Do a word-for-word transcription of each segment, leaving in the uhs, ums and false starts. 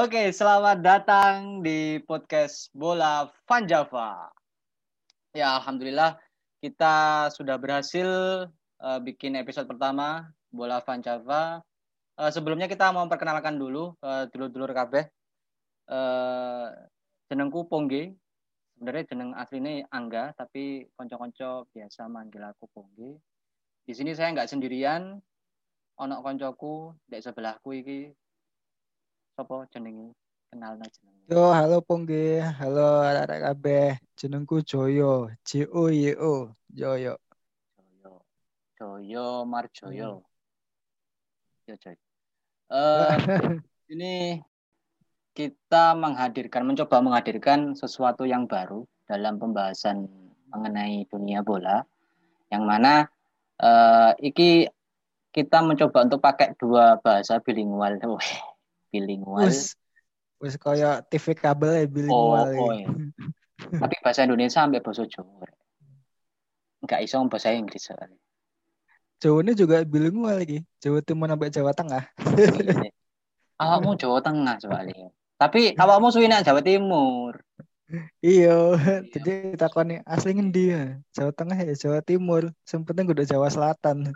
Oke, selamat datang di podcast Bola Vanjava. Ya, alhamdulillah kita sudah berhasil uh, bikin episode pertama Bola Vanjava. Uh, sebelumnya kita mau perkenalkan dulu uh, dulur-dulur kabeh. Uh, jenengku Pongge. Sebenarnya jeneng aslinya Angga, tapi konco-konco biasa manggil aku Pongge. Di sini saya nggak sendirian. Ono koncoku dek sebelahku iki. Sopo jenenge? Kenal jenenge. Yo, halo Pongge, halo arek-arek kabeh. Jenengku Joyo, J O Y O, Joyo. Joyo, Joyo Marjoyo. Hmm. Ya, coy. Uh, ini kita menghadirkan, mencoba menghadirkan sesuatu yang baru dalam pembahasan mengenai dunia bola, yang mana uh, iki kita mencoba untuk pakai dua bahasa bilingual. Oh, bilingual. Wis, wis kaya T V kabel ya Oh, bilingual oh, iki. ya. Tapi bahasa Indonesia sampai bahasa Jawa. Enggak iso bahasa Inggris soalnya. Jawa ini juga bilingual lagi. Jawa Timur sampai Jawa Tengah. Iya. Awakmu Jawa Tengah soalnya. Tapi awakmu suwi nang Jawa Timur. Iya, Iya. jadi takoni asli ngendi ya? Jawa Tengah ya Jawa Timur. Sing penting udah Jawa Selatan.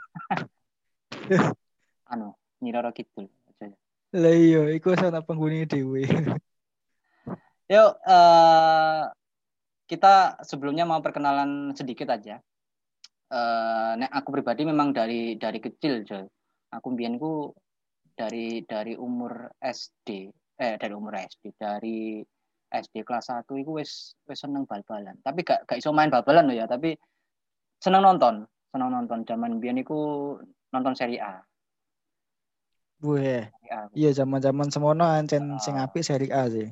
Anu, Nyiroro Kidul. Lah iya, iku sana penghuni dhewe. Yuk, uh, kita sebelumnya mau perkenalan sedikit aja. Uh, nek aku pribadi memang dari dari kecil, Joy. Aku mbiyenku dari dari umur S D, eh dari umur S D, dari S D kelas satu iku wis wis seneng bal-balan. Tapi gak gak iso main bal-balan loh ya, tapi seneng nonton, seneng nonton. Zaman mbiyen iku nonton Serie A. Weh. Serie A. Iya, zaman-zaman semono ancen Uh, sing apik Serie A sih.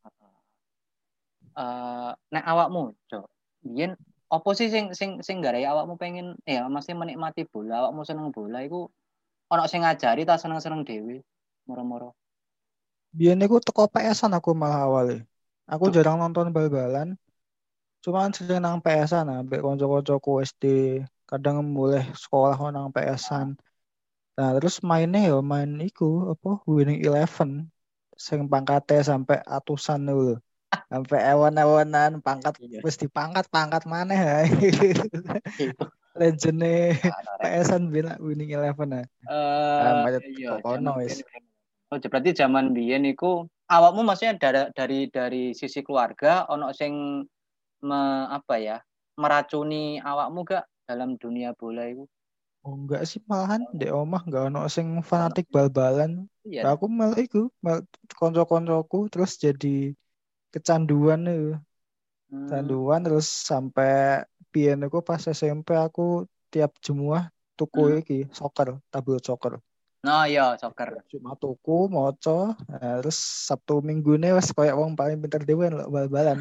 Uh, nek awakmu, Cok. Biyen opo sih sing sing sing garai awakmu pengen ya masih menikmati bola, awakmu seneng bola iku ono sing ngajari ta seneng-seneng dhewe moro-moro. Biyen iku teko P S-an aku malah awalnya. Aku Duh. jarang nonton bal-balan. Cuman sering nang P S-an ambek kanca-kancaku S D. Kadang boleh sekolah nang P S-an. Nah, terus mainnya ya main iku apa Winning Eleven. Sing pangkatnya sampai atusan dulu. Sampai ewan-ewanan pangkat Iya. wis dipangkat-pangkat maneh ya. Itu. Legend-e Ah, P S-an bina Winning Eleven nah. Ah, Eh macet iya kok kono zaman wis. biyen. Oh, berarti zaman biyen iku awakmu maksudnya dari dari dari sisi keluarga ono sing me, apa ya meracuni awakmu gak dalam dunia bola itu? Oh, enggak sih malahan di omah enggak ono sing Ono. fanatik bal-balan. Iya Nah, dah. aku malah iku mal konco-koncoku terus jadi kecanduan nih. Hmm. Kecanduan terus sampai biyen aku pas S M P aku tiap Jumat tuku Hmm. iki soccer, tabel soccer. Nah, iya soccer. Tiap Jumat tuku moco, nah, terus Sabtu Minggu nih wes koyo wong paling pinter dhewe lho bal-balan.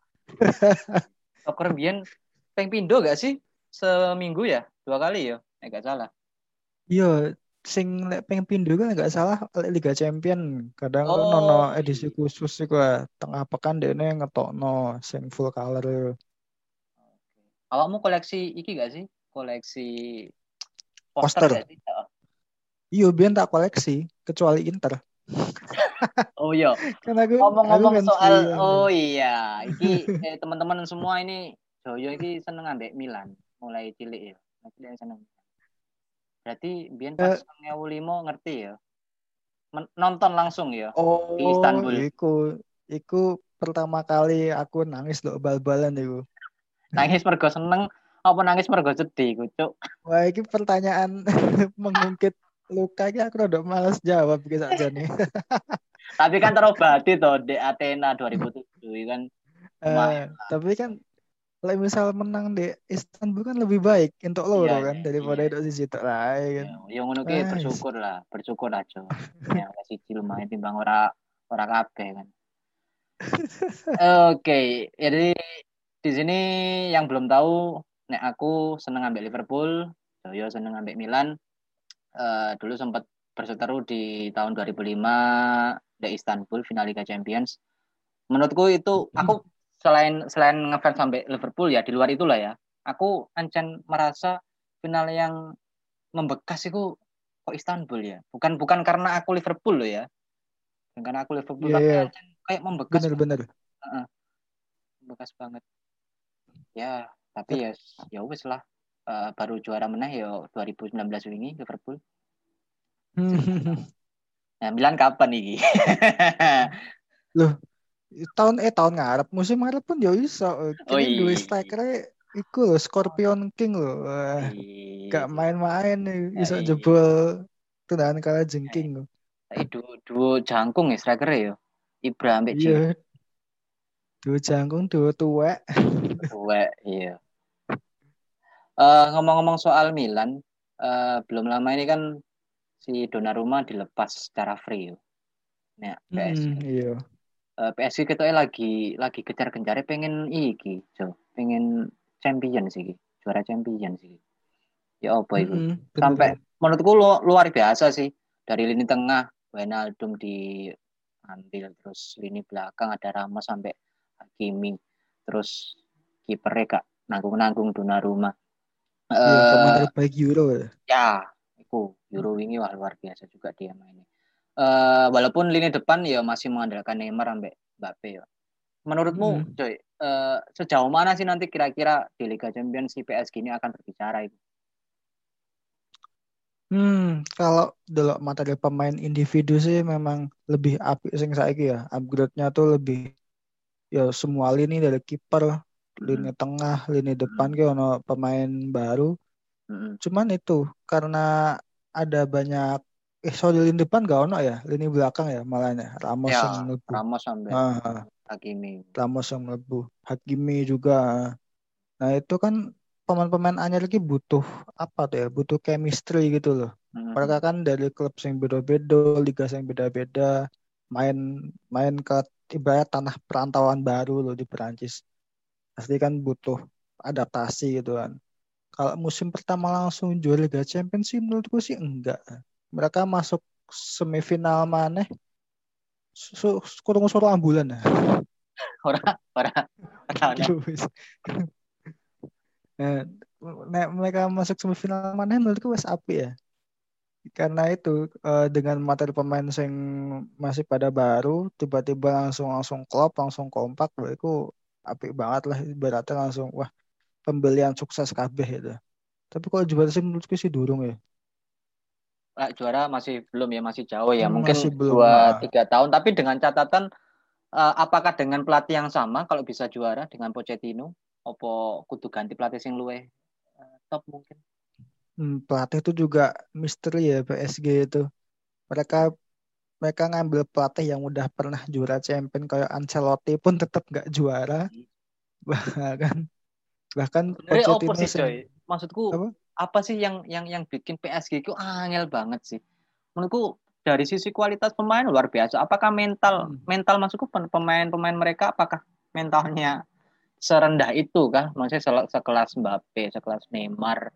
Soccer biyen peng pindo gak sih? Seminggu ya? Dua kali ya? Eh gak salah. Iya, sing lek ping pindho kan nggak salah Liga Champion. Kadang kan nono Oh edisi iya. khusus iku ah, tengah pekan dene ngetokno sing full color. Awakmu koleksi iki gak sih? Koleksi poster Poster. gak sih? Oh, Iya, biyen tak koleksi kecuali Inter. oh iya. Kan aku aku Ngomong-ngomong fans soal Milan. oh iya, iki eh, teman-teman semua ini Joyo iki seneng ambek Milan mulai cilik ya. Nanti dia seneng. Berarti biyen pas Eh, dua ribu lima ngerti ya. Men- nonton langsung ya di oh, Istanbul. iku iku pertama kali aku nangis loh bal-balan iku. Nangis mergo seneng apa nangis mergo sedih, Kucuk? Wah, iki pertanyaan mengungkit luka iki aku rada males jawab iki sakjane. Tapi kan terobati toh di Athena dua ribu tujuh itu kan Eh, lumayan. tapi kan Lah misal menang di Istanbul kan lebih baik untuk Iya, loro kan iya, daripada iya. itu sisi tok lain Ya, kan. yang ngono ki Guys. bersyukur lah, bersyukur aja. Ya, kasih lumayan timbang ora ora kabeh kan. Oke, jadi di sini yang belum tahu, nek aku seneng ambek Liverpool, Joyo seneng ambek Milan. Eh, dulu sempat berseteru di tahun dua ribu lima di Istanbul final Liga Champions. Menurutku itu aku selain selain ngefans sampai Liverpool ya di luar itulah ya. Aku ancen merasa final yang membekas itu kok Istanbul ya. Bukan bukan karena aku Liverpool loh ya. Dengan aku Liverpool Iya, tapi iya, aja kayak membekas banget. bener-bener. Heeh, membekas banget. Ya, Ter- tapi ya ya wis lah. Eh, baru juara meneh ya dua ribu sembilan belas wingi Liverpool. Nah, Milan kapan iki? Loh, tahun eh tahun ngarep musim ngarep pun ya iso. Oh Kini dua iya. striker iku loh Scorpion King loh. Wah, gak Iya. main-main nih bisa Iya. jebol tendangan kalah jengking loh. Tapi duo, duo jangkung ya striker ya. Ibra ambek Ciro. Iya, dua jangkung, dua tua. Tuwek, iya. Eh, ngomong-ngomong soal Milan, eh, belum lama ini kan si Donnarumma dilepas secara free yo. Nah, P S G. Hmm, iya. Eh, P S G ketoknya lagi lagi kejar-kejarnya pengen iki, Jo. Pengen champion sih, juara champion sih. Ya apa itu? Hmm, Sampai bener. menurutku lu- luar biasa sih. Dari lini tengah Wijnaldum diambil, terus lini belakang ada Ramos sampai Hakimi. Terus kipernya gak nanggung-nanggung Donnarumma. Iya, pemain Eh terbaik Euro ya. ya, itu Euro wingi wah luar biasa juga dia mainnya. Eh walaupun lini depan ya masih mengandalkan Neymar sampai Mbappe ya. Menurutmu, Hmm. Coy, eh, sejauh mana sih nanti kira-kira di Liga Champions si P S G ini akan berbicara itu? Hmm, kalau dulu materi pemain individu sih memang lebih apik sing saiki ya. Upgrade-nya tuh lebih ya semua lini dari kiper, lini Mm-mm. tengah, lini depan Mm-mm. ke ono pemain baru. Mm-mm. Cuman itu karena ada banyak eh sorry lini depan gak ono ya, lini belakang ya malahnya Ramos Ya, yang melebu. Ramos sampai Ah, ah, Hakimi. Ramos yang melebu. Hakimi juga. Nah, itu kan pemain-pemain anyar lagi butuh apa tuh ya? Butuh chemistry gitu loh. Mereka Mm-mm. kan dari klub yang beda-beda, liga yang beda-beda, main main ke ibarat tanah perantauan baru loh di Perancis. Pasti kan butuh adaptasi gitu kan. Kalau musim pertama langsung juara Liga Champions sih menurutku sih enggak. Mereka masuk semifinal mana? Su kurang suara ambulan ya. Orang orang orang Gitu. Wis. Nah, nek mereka masuk semifinal mana menurutku wes api ya. Karena itu eh, dengan materi pemain yang masih pada baru tiba-tiba langsung langsung klop langsung kompak itu apik banget lah ibaratnya langsung wah pembelian sukses kabeh itu. Tapi kalau juara sih menurutku sih durung ya. lah, juara masih belum ya, masih jauh ya. Hmm, Mungkin masih belum. dua Heeh. tiga tahun. Tapi dengan catatan, eh, apakah dengan pelatih yang sama kalau bisa juara dengan Pochettino? Opo kudu ganti pelatih sing luwe eh, top mungkin? Hmm, pelatih itu juga misteri ya P S G itu. Mereka mereka ngambil pelatih yang udah pernah juara champion kayak Ancelotti pun tetap nggak juara. Bahkan bahkan Sebenarnya opo Pochettino sih sing coy? Maksudku apa? apa sih yang yang yang bikin P S G itu angel banget sih? Menurutku dari sisi kualitas pemain luar biasa. Apakah mental Hmm. mental maksudku pen- pemain-pemain mereka apakah mentalnya serendah itu kah? Maksudnya sel- sekelas Mbappe, sekelas Neymar.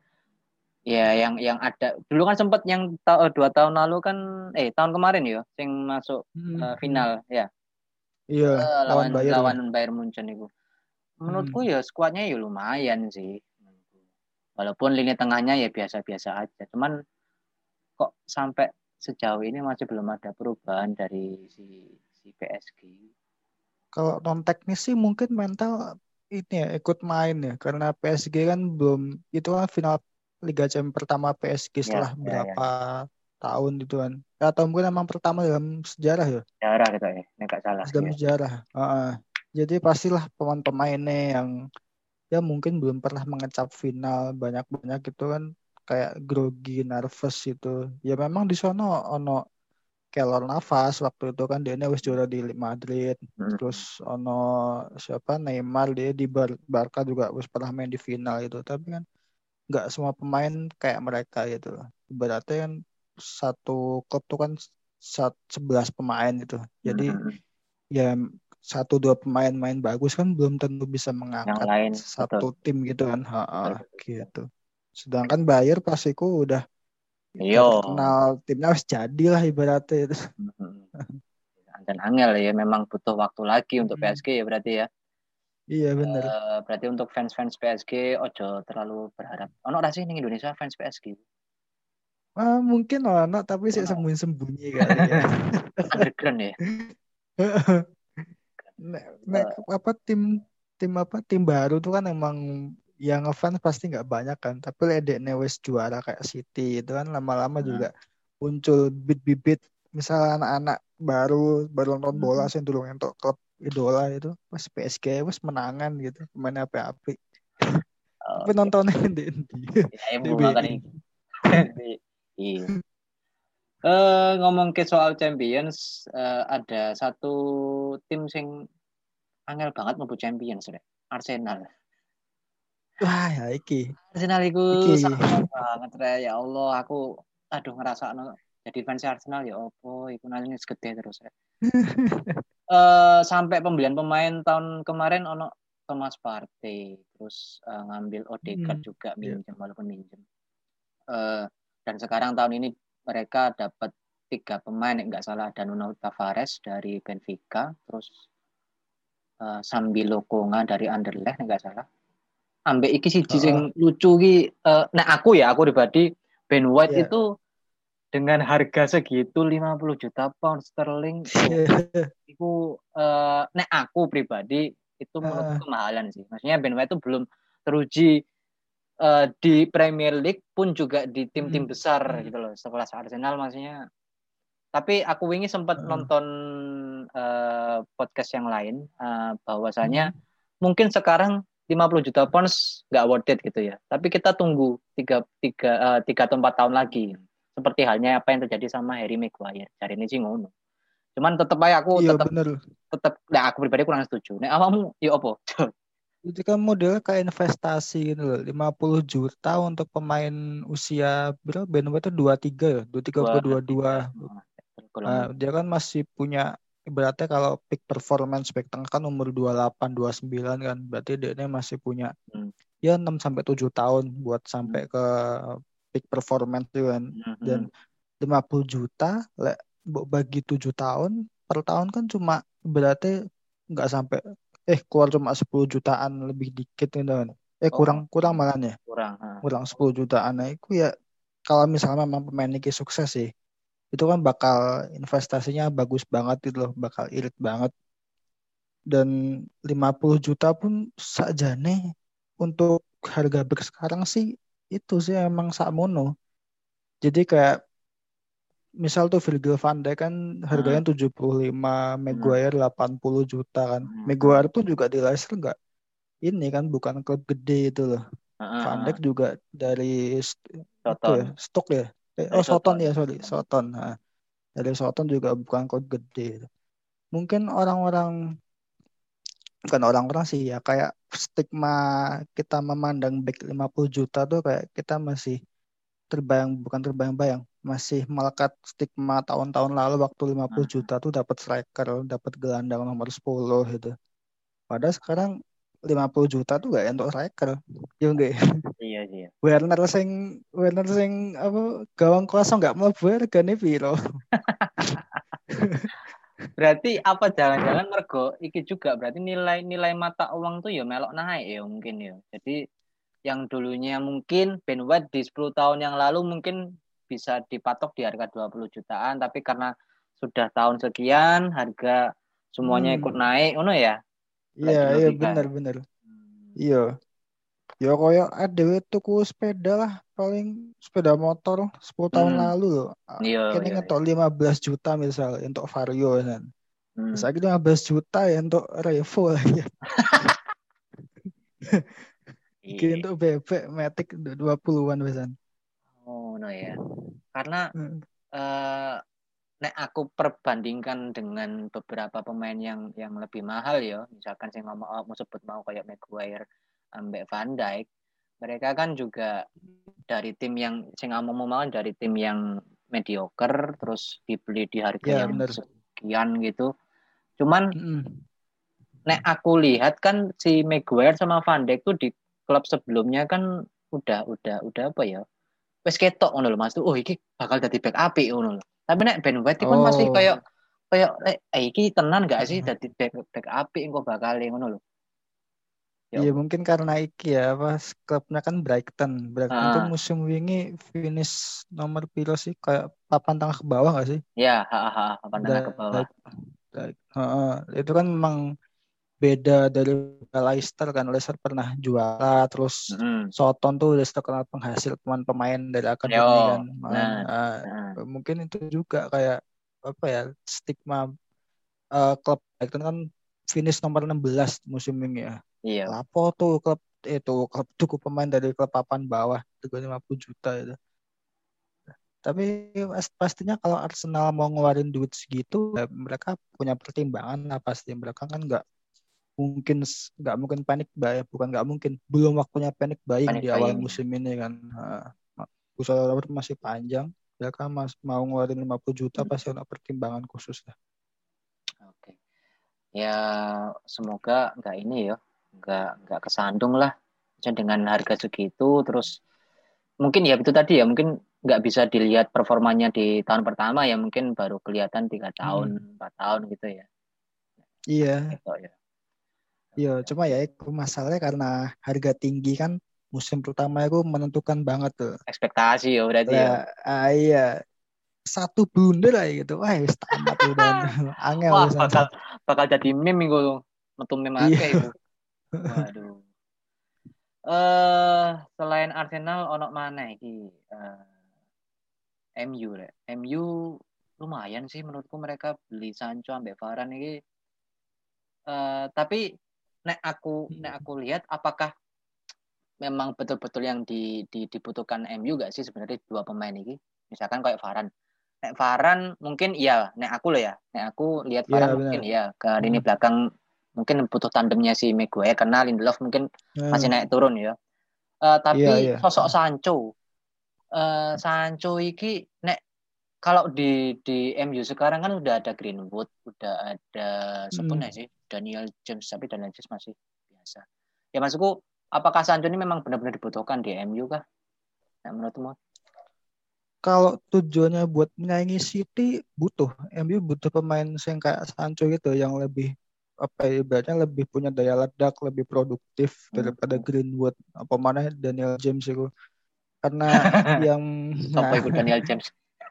Ya yang yang ada dulu kan sempat yang ta- dua tahun lalu kan eh tahun kemarin ya yang masuk Hmm, eh, hmm. final ya. Iya, Eh, lawan lawan Bayer ya. lawan Bayern Munchen itu. Menurutku Hmm. ya skuadnya ya lumayan sih. Walaupun lini tengahnya ya biasa-biasa aja. Cuman kok sampai sejauh ini masih belum ada perubahan dari si si P S G. Kalau non teknis sih mungkin mental ini ya ikut main ya karena P S G kan belum itu kan final Liga Champions pertama P S G Ya, setelah ya, ya, berapa ya. tahun gitu kan. Ya, atau mungkin emang pertama dalam sejarah ya, Darah gitu ya. Ini gak salah. dalam Ya. sejarah. Heeh. Jadi pastilah pemain-pemainnya yang ya mungkin belum pernah mengecap final banyak-banyak gitu kan kayak grogi, nervous itu. Ya memang di sono ono Keylor Navas waktu itu kan dia wis juara di Madrid. Terus Hmm. ono siapa Neymar dia di Bar- Barca juga wis pernah main di final itu. Tapi kan nggak semua pemain kayak mereka gitu. Ibaratnya kan satu klub tuh kan sat, sebelas pemain gitu. Jadi Hmm. ya satu dua pemain main bagus kan belum tentu bisa Yang mengangkat lain betul. satu tim gitu kan. Ha-ha, Betul, betul, betul. gitu. Sedangkan Bayer pastiku udah Yo. internal timnya harus jadi lah ibaratnya itu. Hmm. Dan angel ya memang butuh waktu lagi untuk Mm-mm. P S G ya berarti ya. Iya bener. Eh, berarti untuk fans-fans P S G ojo terlalu berharap. Ono ra sih ning Indonesia fans P S G? Ah, mungkin ono tapi sih Ono sembunyi-sembunyi kali ya. underground ya. Nek, nek Eh, apa tim tim apa tim baru tuh kan emang yang ngefans pasti nggak banyak kan. Tapi ledeknya wes juara kayak City itu kan lama-lama juga hmm, muncul bibit-bibit misal anak-anak baru baru nonton hmm, bola hmm. sih dulu untuk klub idola itu pas P S G wes menangan gitu main api-api. Tapi Oke. nontonnya di di Ya, ibu makan D B I. ini. Di- Iya. Eh ngomong ke soal Champions, eh, ada satu tim sing angel banget mlebu Champions rek. Arsenal. Wah ya iki Arsenal itu iki. sayang banget rek. Ya Allah, aku aduh ngerasa jadi fans Arsenal ya opo iku nangis gede terus rek. Eh sampai pembelian pemain tahun kemarin ono Thomas Partey, terus eh, ngambil Odegaard Hmm, juga ya. minjem walaupun minjem. Eh, dan sekarang tahun ini mereka dapat tiga pemain nggak salah, ada Nuno Tavares dari Benfica, terus uh, Sambilo Konga dari Anderlecht nggak salah. Ambek iki siji sing Heeh. lucu ki, uh, nah aku ya aku pribadi Ben White Ya. itu dengan harga segitu lima puluh juta pound sterling, oh, itu uh, nah aku pribadi itu menurut Heeh. kemahalan sih. Maksudnya Ben White itu belum teruji uh, di Premier League pun juga di tim-tim Hmm. besar Hmm. gitu loh. Sekelas Arsenal maksudnya. Tapi aku wingi sempat Heeh. nonton uh, podcast yang lain uh, bahwasanya Hmm. mungkin sekarang lima puluh juta pounds nggak worth it gitu ya. Tapi kita tunggu tiga tiga uh, tiga atau empat tahun lagi. Seperti halnya apa yang terjadi sama Harry Maguire. Cari ini sih ngono. Cuman tetap aja aku Iya tetap bener. tetap nah aku pribadi kurang setuju. Nek awakmu ya opo? Itu kan modelnya kayak investasi gitu loh. Lima puluh juta untuk pemain usia berapa? Ben White itu dua puluh tiga ya? dua puluh tiga Dua atau dua puluh dua. tiga Nah, golongan. dia kan masih punya ibaratnya kalau peak performance back tengah kan umur dua puluh delapan, dua puluh sembilan kan. Berarti dia ini masih punya Hmm. ya enam sampai tujuh tahun buat Hmm. sampai ke peak performance tuh kan. Hmm. Dan Hmm. lima puluh juta le, bu- bagi tujuh tahun per tahun kan cuma berarti nggak sampai eh keluar cuma sepuluh jutaan lebih dikit gitu kan. Eh kurang Oh, kurang malah ya. kurang. Ha. Kurang sepuluh jutaan. Nah, itu ya kalau misalnya memang pemain ini sukses sih itu kan bakal investasinya bagus banget gitu loh, bakal irit banget. Dan lima puluh juta pun sakjane untuk harga back sekarang sih itu sih emang sakmono. Jadi kayak misal tuh Virgil van Dijk kan harganya Hmm. tujuh puluh lima, Hmm. Maguire delapan puluh juta kan. Hmm. Maguire Hmm. pun juga di Leicester nggak ini kan bukan klub gede itu loh. Hmm. Van Hmm. Dijk juga dari st- apa ya? Soton. Stok ya. Eh, Dari oh Soton Soton. ya sorry, Soton. Nah, dari Soton juga bukan klub gede. Mungkin orang-orang bukan orang-orang sih ya kayak stigma kita memandang back lima puluh juta tuh kayak kita masih terbayang bukan terbayang-bayang masih melekat stigma tahun-tahun lalu waktu lima puluh Hmm. juta tuh dapat striker dapat gelandang nomor sepuluh gitu padahal sekarang lima puluh juta tuh gak untuk striker ya enggak ya? Iya sih. Ya. Werner sing Werner sing apa gawang kosong nggak mau harganya piro. Berarti apa jangan-jangan mergo iki juga berarti nilai-nilai mata uang tuh ya melok naik ya mungkin ya. Jadi yang dulunya mungkin Ben White di sepuluh tahun yang lalu mungkin bisa dipatok di harga dua puluh jutaan tapi karena sudah tahun sekian harga semuanya ikut Hmm, naik ngono ya. iya Lek di iya logika bener ya. bener Hmm. iya. Ya koyo ada tuku sepeda lah paling sepeda motor sepuluh tahun Hmm. lalu loh. Ah, Iya kene iya iya. ngetok lima belas juta misal untuk Vario kan. Terus Hmm. lagi lima belas juta ya untuk Revo lagi. Iki Iya. untuk bebek Matic untuk dua puluhan-an pesan. Oh no ya. Karena Hmm. eh nek aku perbandingkan dengan beberapa pemain yang yang lebih mahal ya, misalkan saya ngomong oh, mau sebut mau kayak Maguire, ambek Van Dijk, mereka kan juga dari tim yang saya ngomong mau mau dari tim yang mediocre, terus dibeli di harga Ya yang bener. sekian gitu. Cuman Mm-mm. nek aku lihat kan si Maguire sama Van Dijk tuh di klub sebelumnya kan udah udah udah apa ya? Wes ketok ngono lho Mas tuh. Oh iki bakal dadi back apik ngono lho. Tapi nek Ben White itu kan masih Oh. kayak kayak eh, eh, iki tenan gak sih Heeh. dadi back back apik engko bakal ngono lho. Iya mungkin karena iki ya apa klubnya kan Brighton. Brighton tuh Ah, musim wingi finish nomor piro sih kayak papan tengah ke bawah gak sih? ya, ha, ha, papan tengah ke bawah. Baik, baik. Heeh, itu kan memang beda dari Leicester kan. Leicester pernah juara terus Mm-mm. Soton tuh udah terkenal penghasil pemain-pemain dari akademi kan. Yo, Man, nah, ah, nah, mungkin itu juga kayak apa ya stigma eh, klub Brighton kan finish nomor enam belas musim ini ya. iya, Lapo tuh klub itu klub cukup pemain dari klub papan bawah tiga ratus lima puluh juta itu. Tapi pas- pastinya kalau Arsenal mau ngeluarin duit segitu, ya mereka punya pertimbangan lah pasti. Mereka kan nggak mungkin nggak mungkin panic buy, bukan nggak mungkin, belum waktunya panic buying panik di awal buying ya. musim ini kan. Nah, usaha Robert masih panjang. Mereka mas, mau ngeluarin lima puluh juta Hmm, pasti ada pertimbangan khusus lah. Oke. Ya, semoga nggak ini ya, nggak nggak kesandung lah. Jadi dengan harga segitu, terus mungkin ya itu tadi ya, mungkin nggak bisa dilihat performanya di tahun pertama ya, mungkin baru kelihatan tiga Hmm. tahun, empat tahun gitu ya. Iya, Gitu ya. iya. Oke, Cuma ya itu masalahnya karena harga tinggi kan musim pertama itu menentukan banget tuh. ekspektasi ya berarti ya. Lah, ah, iya. Satu blunder aja gitu. Wah, wis tamat udah. Angel Wah, pisan. bakal bakal jadi meme minggu tuh. Metu meme akeh Iya. itu. Waduh. Eh, selain Arsenal ono mana iki? Eh, M U rek. M U lumayan sih menurutku mereka beli Sancho ambek Varane iki. Eh, tapi nek aku nek aku lihat apakah memang betul-betul yang di, di, dibutuhkan M U gak sih sebenarnya dua pemain ini? Misalkan kayak Varane. Nek Varane mungkin iya, nek aku loh ya. Nek aku lihat Varane Iya mungkin benar. iya ke lini Hmm. belakang mungkin butuh tandemnya si Maguire karena Lindelof mungkin masih Nah, naik turun ya. Eh, iya tapi iya. sosok Sancho, eh, Sancho iki nek kalau di di M U sekarang kan udah ada Greenwood, udah ada Hmm. sebenarnya sih Daniel James, tapi Daniel James masih biasa. Ya maksudku, apakah Sancho ini memang benar-benar dibutuhkan di M U kah? Nah, menurutmu? Kalau tujuannya buat menyaingi City butuh M U butuh pemain yang kayak Sancho gitu yang lebih apa ya ibaratnya lebih punya daya ledak, lebih produktif Hmm. daripada Greenwood apa mana Daniel James itu. Karena yang Sopo nah, ikut Daniel James?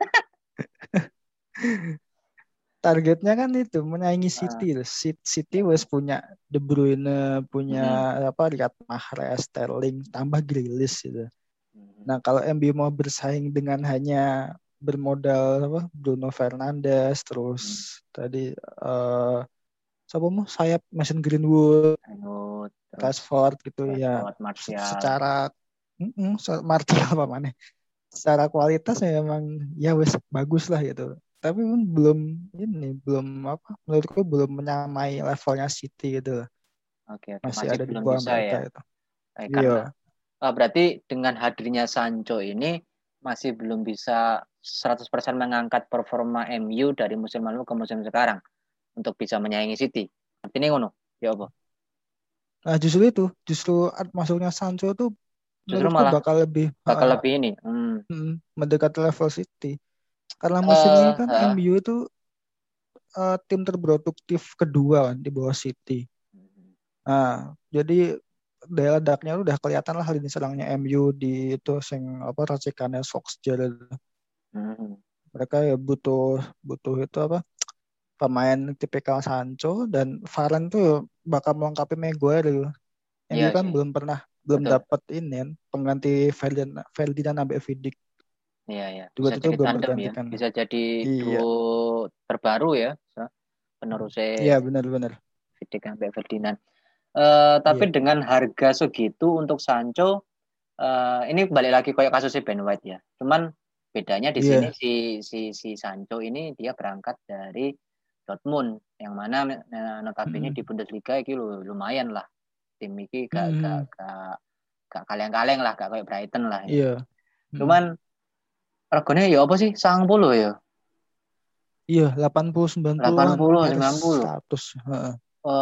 targetnya kan itu menyaingi Uh, City. loh. City City wes punya De Bruyne, punya mm, apa Riyad Mahrez, Sterling, tambah Grealish gitu. mm, Nah, kalau M U mau bersaing dengan hanya bermodal apa Bruno Fernandes, terus mm. tadi eh siapa mau sayap Mason Greenwood, Anu, terus Rashford gitu ya. Rashford, se- Martial. Secara mm-mm, se- Martial apa mana? Secara kualitas ya emang ya wes bagus lah gitu. Tapi pun belum ini belum apa menurutku belum menyamai levelnya City gitu loh. Oke, oke, Masih masih ada di belum bawah bisa mereka ya. itu. Eh, Iya. karena ah, berarti dengan hadirnya Sancho ini masih belum bisa seratus persen mengangkat performa M U dari musim lalu ke musim sekarang untuk bisa menyaingi City. Artinya ngono, ya apa? Nah, justru itu, justru masuknya Sancho tuh Justru menurutku malah bakal lebih bakal uh, lebih ini. Hmm. mm, mendekati level City. Karena musim ini Eh, kan eh. M U itu uh, tim terproduktif kedua kan di bawah City. Nah, jadi daya ledaknya udah kelihatan lah lini serangnya M U di itu sing apa racikannya Solskjaer. Hmm. Mereka ya butuh butuh itu apa pemain tipikal Sancho dan Varane tuh bakal melengkapi Maguire gitu. M U Iya kan sih, belum pernah belum betul. dapat ini kan pengganti Ferdinand Ferdinand sampai Vidic Iya, ya. dua Bisa itu jadi belum tandem ya. tergantikan. Bisa jadi Iya, duo terbaru ya. So, penerusnya iya benar-benar. Vidic sampai Ferdinand. Eh, tapi Iya, dengan harga segitu untuk Sancho, eh, ini balik lagi kayak kasusnya Ben White ya. Cuman bedanya di sini iya. si si si Sancho ini dia berangkat dari Dortmund yang mana eh, notabene Mm-mm. di Bundesliga itu lumayan lah. Tim ini gak gak Mm-mm. gak gak kaleng-kaleng lah, gak kayak Brighton lah ya. Iya, Mm-mm. Cuman regane ya apa sih? Sangat puluh ya. Iya, delapan puluh sembilan delapan puluhan puluh nyaris sembilan puluh. seratus. Heeh.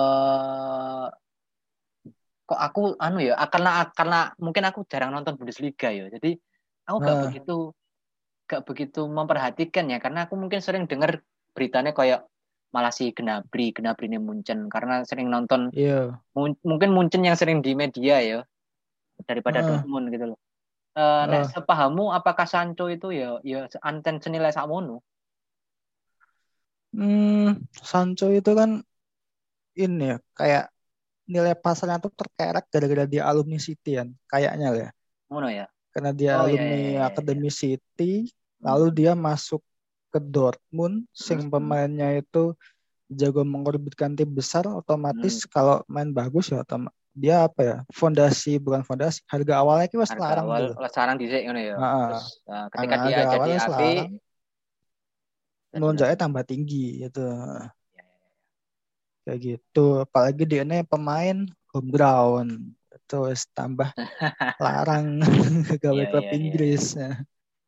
Eh kok aku anu ya, karena karena mungkin aku jarang nonton Bundesliga ya. Jadi aku gak Heeh. begitu gak begitu memperhatikan ya karena aku mungkin sering dengar beritanya kayak malah si Gnabry, Gnabry ini Munchen karena sering nonton Iya. mun- mungkin Munchen yang sering di media ya daripada Heeh. Dortmund gitu loh. Eh nek Heeh. sepahamu apakah Sancho itu ya ya anten senilai sakmono? Hmm, Sancho itu kan ini ya kayak nilai pasarnya tuh terkerek gara-gara dia alumni City kan kayaknya lah ya. Ngono ya. Karena dia Oh ya alumni ya ya ya. Ya. Akademi City, lalu Hmm. dia masuk ke Dortmund, sing Hmm. pemainnya itu jago mengorbitkan tim besar, otomatis Hmm. kalau main bagus ya otom- dia apa ya, fondasi bukan fondasi, harga awalnya itu wis Harga larang awal gitu loh. lesaran dhisik ngono ya. Terus Nah, eh, ketika dia harga jadi awalnya wis api larang, jadi melonjaknya melejit. tambah tinggi gitu. Ya, ya, ya. Kayak gitu. Apalagi dia ini pemain home ground. Itu wis tambah larang gawe Iya klub iya iya. Inggris. Iya. Nah,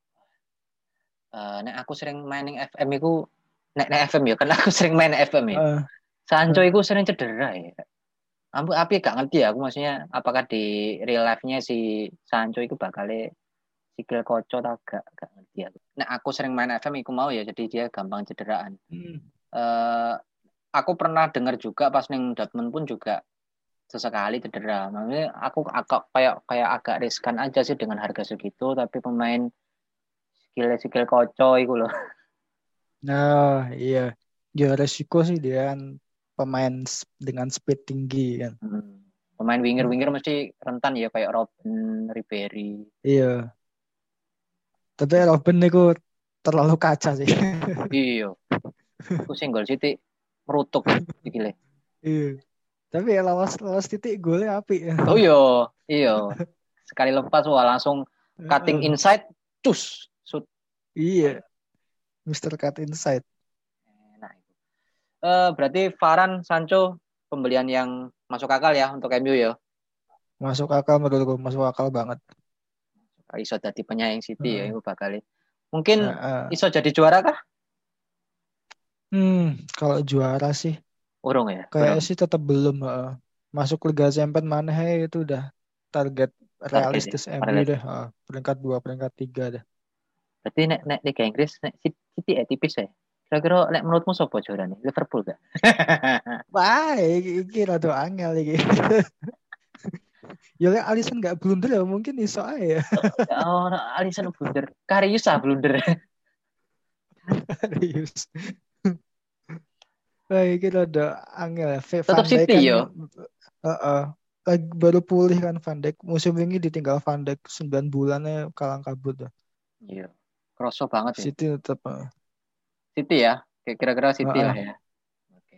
Eh, nek aku sering mainin F M iku nek nek F M ya kan aku sering main F M ya. eh, Sancho eh, iku sering cedera ya. Ampun, tapi gak ngerti ya aku maksudnya apakah di real life-nya si Sancho itu bakal sikil kocok atau gak gak ngerti aku. Nah aku sering main F M iku mau ya jadi dia gampang cederaan. hmm. Eh aku pernah dengar juga pas neng Dortmund pun juga sesekali cedera. Makanya aku agak kayak kayak agak riskan aja sih dengan harga segitu tapi pemain skill skill kocok itu loh. Nah, iya. Ya resiko sih dia kan pemain s- dengan speed tinggi kan. Hmm. Pemain winger-winger mesti rentan ya kayak Robin, Ribery. Iya. Tapi Robin itu terlalu kaca sih. Iya, aku single City merutuk sikile. Iya. Tapi ya lawas lawas titik golnya api. Oh iya, iya. Sekali lepas wah langsung cutting Heeh. inside, cus, shoot. Iya, mister Cut Inside. Nah, itu. Eh, berarti Varane, Sancho pembelian yang masuk akal ya untuk M U ya. Masuk akal menurutku, masuk akal banget. Iso jadi penyayang City ya, Heeh. itu bakal. Mungkin Heeh. iso jadi juara kah? Hmm, kalau juara sih, Urung ya, kayak urung. sih tetap belum. Heeh. Masuk Liga Champions mana hey, itu udah target Target ya, realistis M U deh. realistis. Heeh. Peringkat dua, peringkat tiga deh. Berarti nek nek Liga Inggris nek City ya tipis ya. Kira-kira nek menurutmu siapa juara nih? Liverpool gak? Wah, iki, iki rada angel iki. Ya lek Alisson nggak blunder ya mungkin iso aja ya. Oh, Alisson blunder. Karius ah blunder. Serius. Wah, iki rada angel ya. V- Tetap Van Dijk City kan yo. heeh, lagi baru pulih kan Van Dijk. Musim ini ditinggal Van Dijk sembilan bulannya kalang kabut ya. Iya. Kroso banget ya. City tetap heeh. City ya. Kira-kira City lah Heeh. ya. Oke.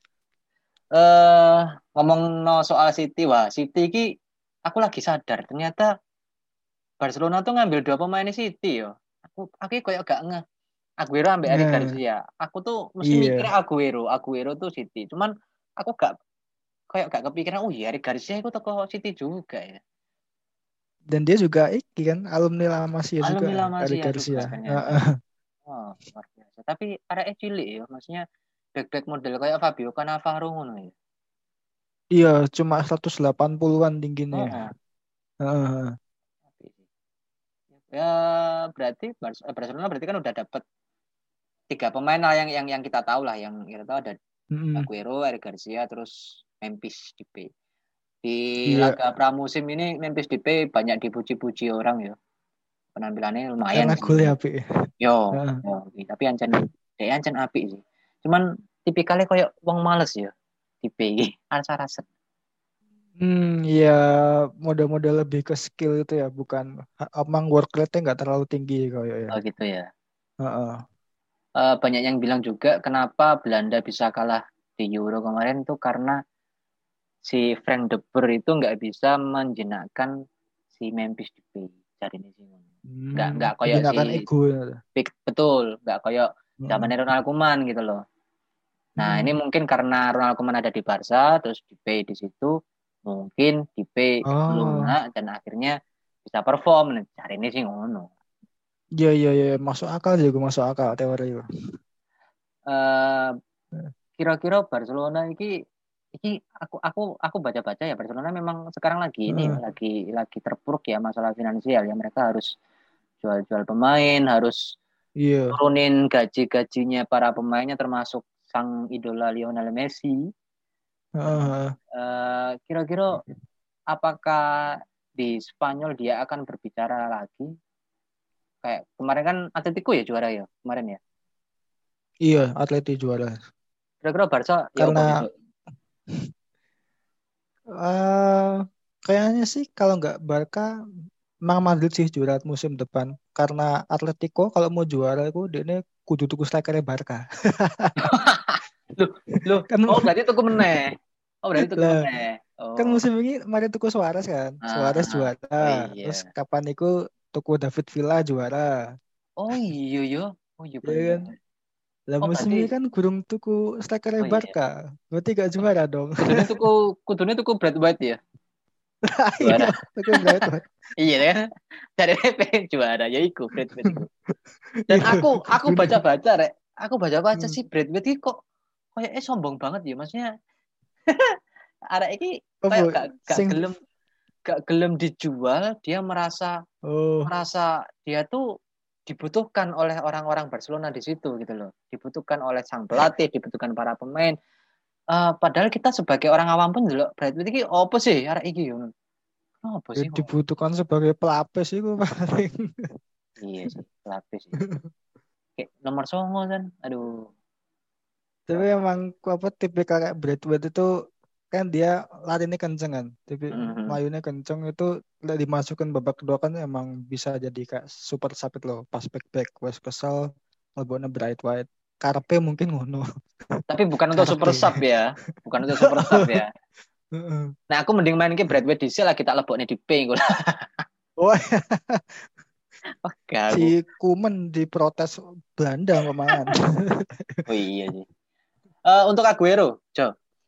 Eh ngomong no soal City wah, City ki aku lagi sadar ternyata Barcelona tuh ngambil dua pemain City yo. Aku aku kayak gak nge Aguero ambil Eric Nah, Garcia. Aku tuh mesti mikir iya. Aguero, Aguero tuh City. Cuman aku gak kayak gak kepikiran, oh iya Eric Garcia itu toko City juga ya. Dan dia juga iki kan alumni lama sih juga Alumni lama Eric sih ya juga Garcia. ternyata. Heeh. Oh, luar biasa. Tapi arek cilik ya, maksudnya back-back model kayak Fabio Cannavaro ngono ya. Iya, cuma seratus delapan puluhan-an tingginya. Heeh. Heeh. Tapi sih. Ya berarti Bar- Barcelona berarti kan udah dapet tiga pemain lah yang yang yang kita tahu lah yang kita tahu ada Mm-mm. Aguero, Eric Garcia, terus Memphis Depay. Di Iya, laga pramusim ini Memphis Depay banyak dipuji-puji orang ya. Penampilannya lumayan karena sih. golnya apik. Yo, Heeh. yo, tapi ancen dia ancen apik sih. Cuman tipikalnya kayak wong males ya. Depay rasa-rasa. Hmm, ya model-model lebih ke skill itu ya, bukan emang work rate-nya nggak terlalu tinggi kayak ya. Oh gitu ya. Heeh. Eh, banyak yang bilang juga kenapa Belanda bisa kalah di Euro kemarin tuh karena si Frank de Boer itu nggak bisa menjenakkan si Memphis Depay. Cari ini sih. Nggak Hmm, nggak kayak si menjinakkan ego. Big betul, nggak kayak Heeh. zamannya Ronald Koeman gitu loh. Nah ini Hmm. mungkin karena Ronald Koeman ada di Barca, terus Depay di situ, mungkin Depay Oh, lunak dan akhirnya bisa perform. Nah, cari ini sih ngono. iya iya iya, masuk akal juga masuk akal teori itu. Eh, kira-kira Barcelona ini ini aku aku aku baca-baca ya Barcelona memang sekarang lagi ini ya, Heeh. lagi lagi terpuruk ya masalah finansial ya mereka harus jual-jual pemain harus Iya. turunin gaji-gajinya para pemainnya termasuk sang idola Lionel Messi. Heeh. Uh, kira-kira apakah di Spanyol dia akan berbicara lagi? Kayak kemarin kan Atletico ya juara ya kemarin ya. Iya, Atleti juara. Kira-kira Barca ya apa Karena gitu? uh, kayaknya sih kalau nggak Barca, Mang Madrid sih juara musim depan. Karena Atletico kalau mau juara itu dia ini kudu tuku strikernya Barca. Loh, loh, Kan oh berarti tuku meneh. Oh berarti tuku lah meneh. kan Oh. musim ini kemarin tuku Suarez kan. Ah, Suarez ah. juara. Oh Terus iya. kapan itu tuku David Villa juara. Oh iya yo. Oh iya Ya kan? bener. Lah Oh musim berarti ini kan kurang tuku strikernya oh iya. Iya. Barca. Berarti gak juara dong. Kudune tuku kudune tuku Brad White ya. Iya, Juara. tuku Brighton. Iya kan? Dari pengen juara ya iku Brad White iku. Dan Iya, aku aku kudune. baca-baca rek. Aku baca-baca Hmm. sih Brad White iki kok kayaknya sombong banget ya. Maksudnya arek iki kayak Apa gak gak sing gelem gak gelem dijual, dia merasa oh merasa dia tuh dibutuhkan oleh orang-orang Barcelona di situ gitu loh. Dibutuhkan oleh sang pelatih, dibutuhkan para pemain. Uh, padahal kita sebagai orang awam pun dulu Brad Pitt iki apa sih arek iki yo. Apa ya sih kok? dibutuhkan sebagai pelapis itu paling. Iya sih, pelapis sih. Kayak nomor songo kan. Aduh. Tapi emang apa tipikal kayak Bradwood itu kan dia larinya kenceng kan. Tapi Mm-hmm. layunya kenceng itu udah dimasukin babak kedua kan emang bisa jadi kayak super sapit loh. Pas back back wes kesel leboknya Bright White. Karpe mungkin ngono. Tapi bukan untuk super Karpe. sub ya. Bukan untuk super sub ya. Heeh. Nah, aku mending main ke Brad Pitt di sini lagi tak leboknya di P gue. Wah, Oke si aku. Kuman diprotes Belanda kemarin. Oh iya sih. Uh, untuk Aguero, Jo.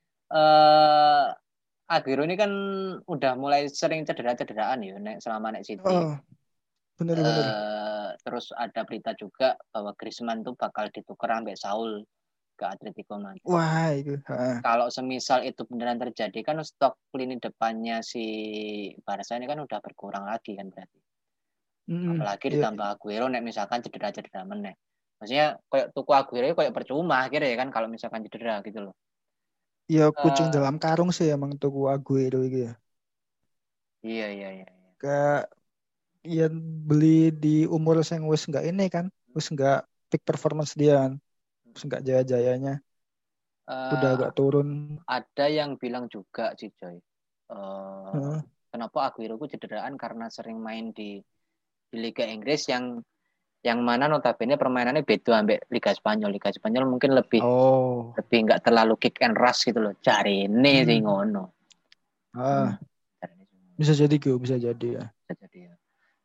Uh, Aguero ini kan udah mulai sering cedera-cederaan ya nek selama nek City. Oh, bener-bener. Uh, terus ada berita juga bahwa Griezmann tuh bakal ditukar sampai Saul ke Atletico Madrid. Wah, itu. Ha. Kalau semisal itu beneran terjadi kan stok lini depannya si Barca ini kan udah berkurang lagi kan berarti. Mm-mm. Apalagi Iya, ditambah Aguero nek misalkan cedera-cedera meneh. Maksudnya kayak tuku Aguero kayak percuma akhirnya ya kan kalau misalkan cedera gitu loh. iya kucing Uh, dalam karung sih emang tuku Aguero itu ya. iya iya iya. Kayak ya beli di umur yang wis nggak ini kan, wis nggak peak performance dia kan, wis nggak jaya-jayanya, udah Uh, agak turun. ada yang bilang juga sih Joy. Uh, Heeh. kenapa Aguero ku cederaan karena sering main di di Liga Inggris yang yang mana notabene permainannya beda ambek Liga Spanyol. Liga Spanyol mungkin lebih Oh, lebih nggak terlalu kick and rush gitu loh. Cari ini sih hmm. ngono. Ah, bisa jadi gitu, bisa jadi ya. Bisa jadi ya.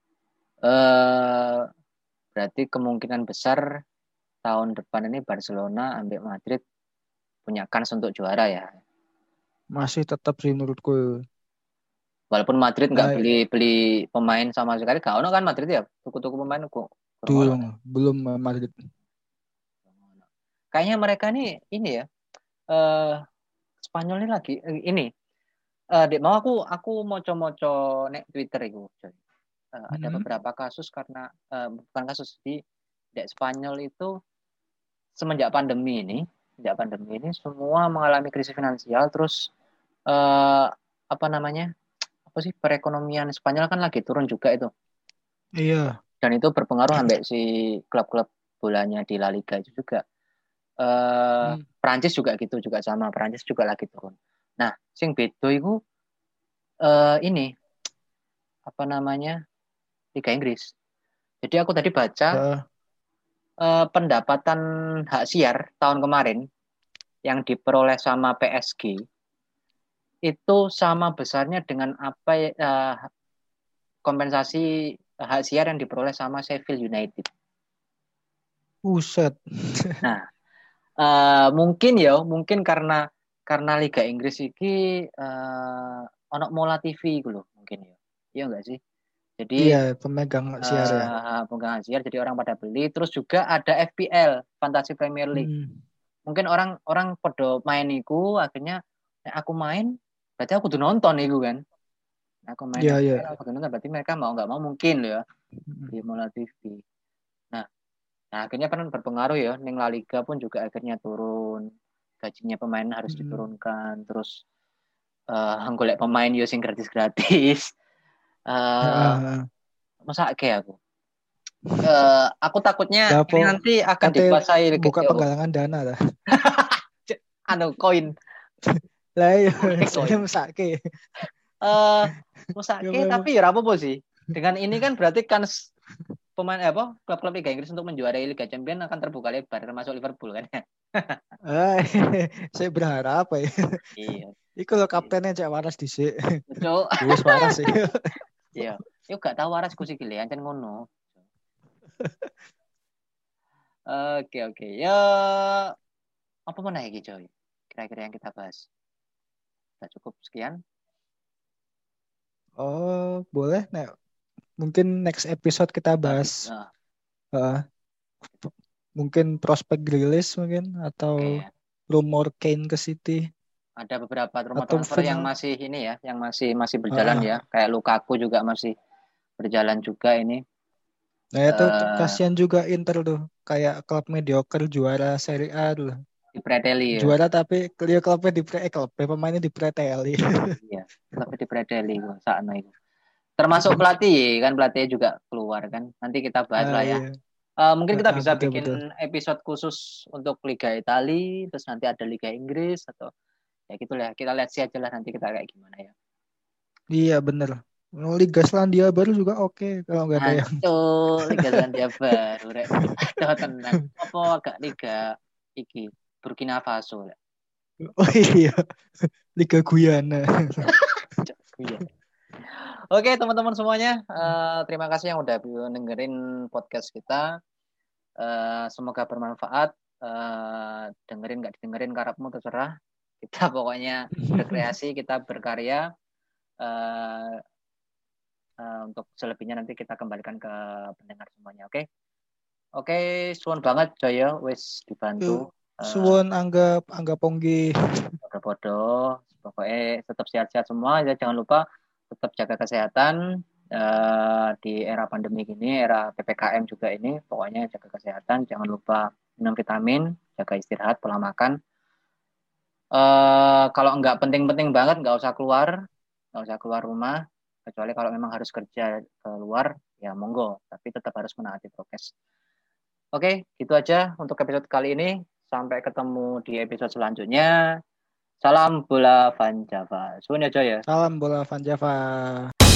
Eh berarti kemungkinan besar tahun depan ini Barcelona ambek Madrid punya kans untuk juara ya. Masih tetap sih menurutku. Walaupun Madrid nggak Nah, beli beli pemain sama sekali, gak ono kan Madrid ya, tuku-tuku pemain kok kurang ono. belum belum Madrid. Kayaknya mereka nih ini ya, eh Spanyol ini lagi eh, ini. Eh Dek, mau aku aku moco-moco nek Twitter itu. Eh, ada Hmm. beberapa kasus karena eh, bukan kasus di Dek Spanyol itu semenjak pandemi ini, sejak pandemi ini semua mengalami krisis finansial terus eh apa namanya? Apa sih perekonomian Spanyol kan lagi turun juga itu. Iya. Dan itu berpengaruh sampai si klub-klub bolanya di La Liga itu juga. Eh, Hmm. Prancis juga gitu juga sama. Prancis juga lagi turun. Nah, sing bedo itu eh, ini apa namanya Liga Inggris. Jadi aku tadi baca Ah, eh, pendapatan hak siar tahun kemarin yang diperoleh sama P S G itu sama besarnya dengan apa eh, kompensasi hak siar yang diperoleh sama Sheffield United. Buset. Nah, uh, mungkin ya, mungkin karena karena Liga Inggris ini uh, ono Mola T V gitu loh, mungkin ya. Iya enggak sih? Iya, Jadi pemegang siar ya. uh, pemegang siar jadi orang pada beli, terus juga ada F P L, Fantasy Premier League. Hmm. Mungkin orang orang podo main iku akhirnya nah aku main berarti aku tuh nonton iku kan. Nah, aku main Iya, iya. F P L aku tuh nonton berarti mereka mau nggak mau mungkin loh ya Hmm. di Mola T V. Nah, Nah, akhirnya kan berpengaruh ya, ning La Liga pun juga akhirnya turun. Gajinya pemain harus Mm-mm. diturunkan, terus eh uh, golek pemain yo sing gratis-gratis. Eh uh, Heeh. masa kayak aku. Eh aku takutnya Lah ini apa nanti akan kate dikuasai buka gitu. penggalangan dana lah. Anu koin, Lah iya, saya koin. mesake. Eh Ya Musake apa? tapi ya apa sih? Dengan ini kan berarti kan pemain eh, apa klub-klub Liga Inggris untuk menjuarai Liga Champions akan terbuka lebar termasuk Liverpool kan ya. Ah, saya berharap ya. Iya. Iku lo kaptennya Cak Waras dhisik. Betul. Wis waras sih. Iya. Yo gak tahu waras ku sikile ancen ngono. Oke oke. Ya apa mana iki coy? Kira-kira yang kita bahas. Sudah cukup sekian. Oh, boleh. Nah, mungkin next episode kita bahas Nah, uh, mungkin prospek Grealish mungkin oke atau ya. rumor Kane ke City Ada beberapa rumah atau transfer yang final. masih ini ya, yang masih masih berjalan Uh, ya. Kayak Lukaku juga masih berjalan juga ini. Nah, itu Eh kasihan juga Inter tuh. Kayak klub mediocre juara Serie A tuh. di Preteli ya. Juara tapi dia klubnya di eh klub pemainnya di preteli. Iya, tapi di Preteli gua sakno itu. Termasuk pelatih kan pelatihnya juga keluar kan. Nanti kita bahas Ah lah ya. iya. Uh, mungkin Ah, kita ah, bisa betul bikin betul. episode khusus untuk Liga Italia, terus nanti ada Liga Inggris atau ya gitu lah. Kita lihat sih aja lah nanti kita kayak gimana ya. Iya bener. Oh, Liga Selandia baru juga oke kalau nggak ada yang. Hancur Liga Selandia Baru rek. Aduh tenan. Apa agak Liga iki Burkina Faso rek. Oh iya. Liga Guyana. Iya. Oke teman-teman semuanya, uh, terima kasih yang udah dengerin podcast kita. Uh, semoga bermanfaat. Uh, dengerin nggak didengerin karepmu terserah. Kita pokoknya berkreasi, kita berkarya. Uh, uh, untuk selebihnya nanti kita kembalikan ke pendengar semuanya. Oke, okay? oke, okay, suwun banget Jaya, wis dibantu. Suwon anggap anggap ponggi. Bodoh-bodoh, pokoknya tetap sehat-sehat semua. Ya, jangan lupa tetap jaga kesehatan uh, di era pandemi ini, era P P K M juga ini. Pokoknya jaga kesehatan, jangan lupa minum vitamin, jaga istirahat, pola makan. Uh, kalau nggak penting-penting banget, nggak usah keluar, nggak usah keluar rumah. Kecuali kalau memang harus kerja keluar, ya monggo. Tapi tetap harus menaati prokes. Oke, gitu aja untuk episode kali ini. Sampai ketemu di episode selanjutnya. Salam bola Van Java. Suwun ya Joy ya. Salam bola Van Java.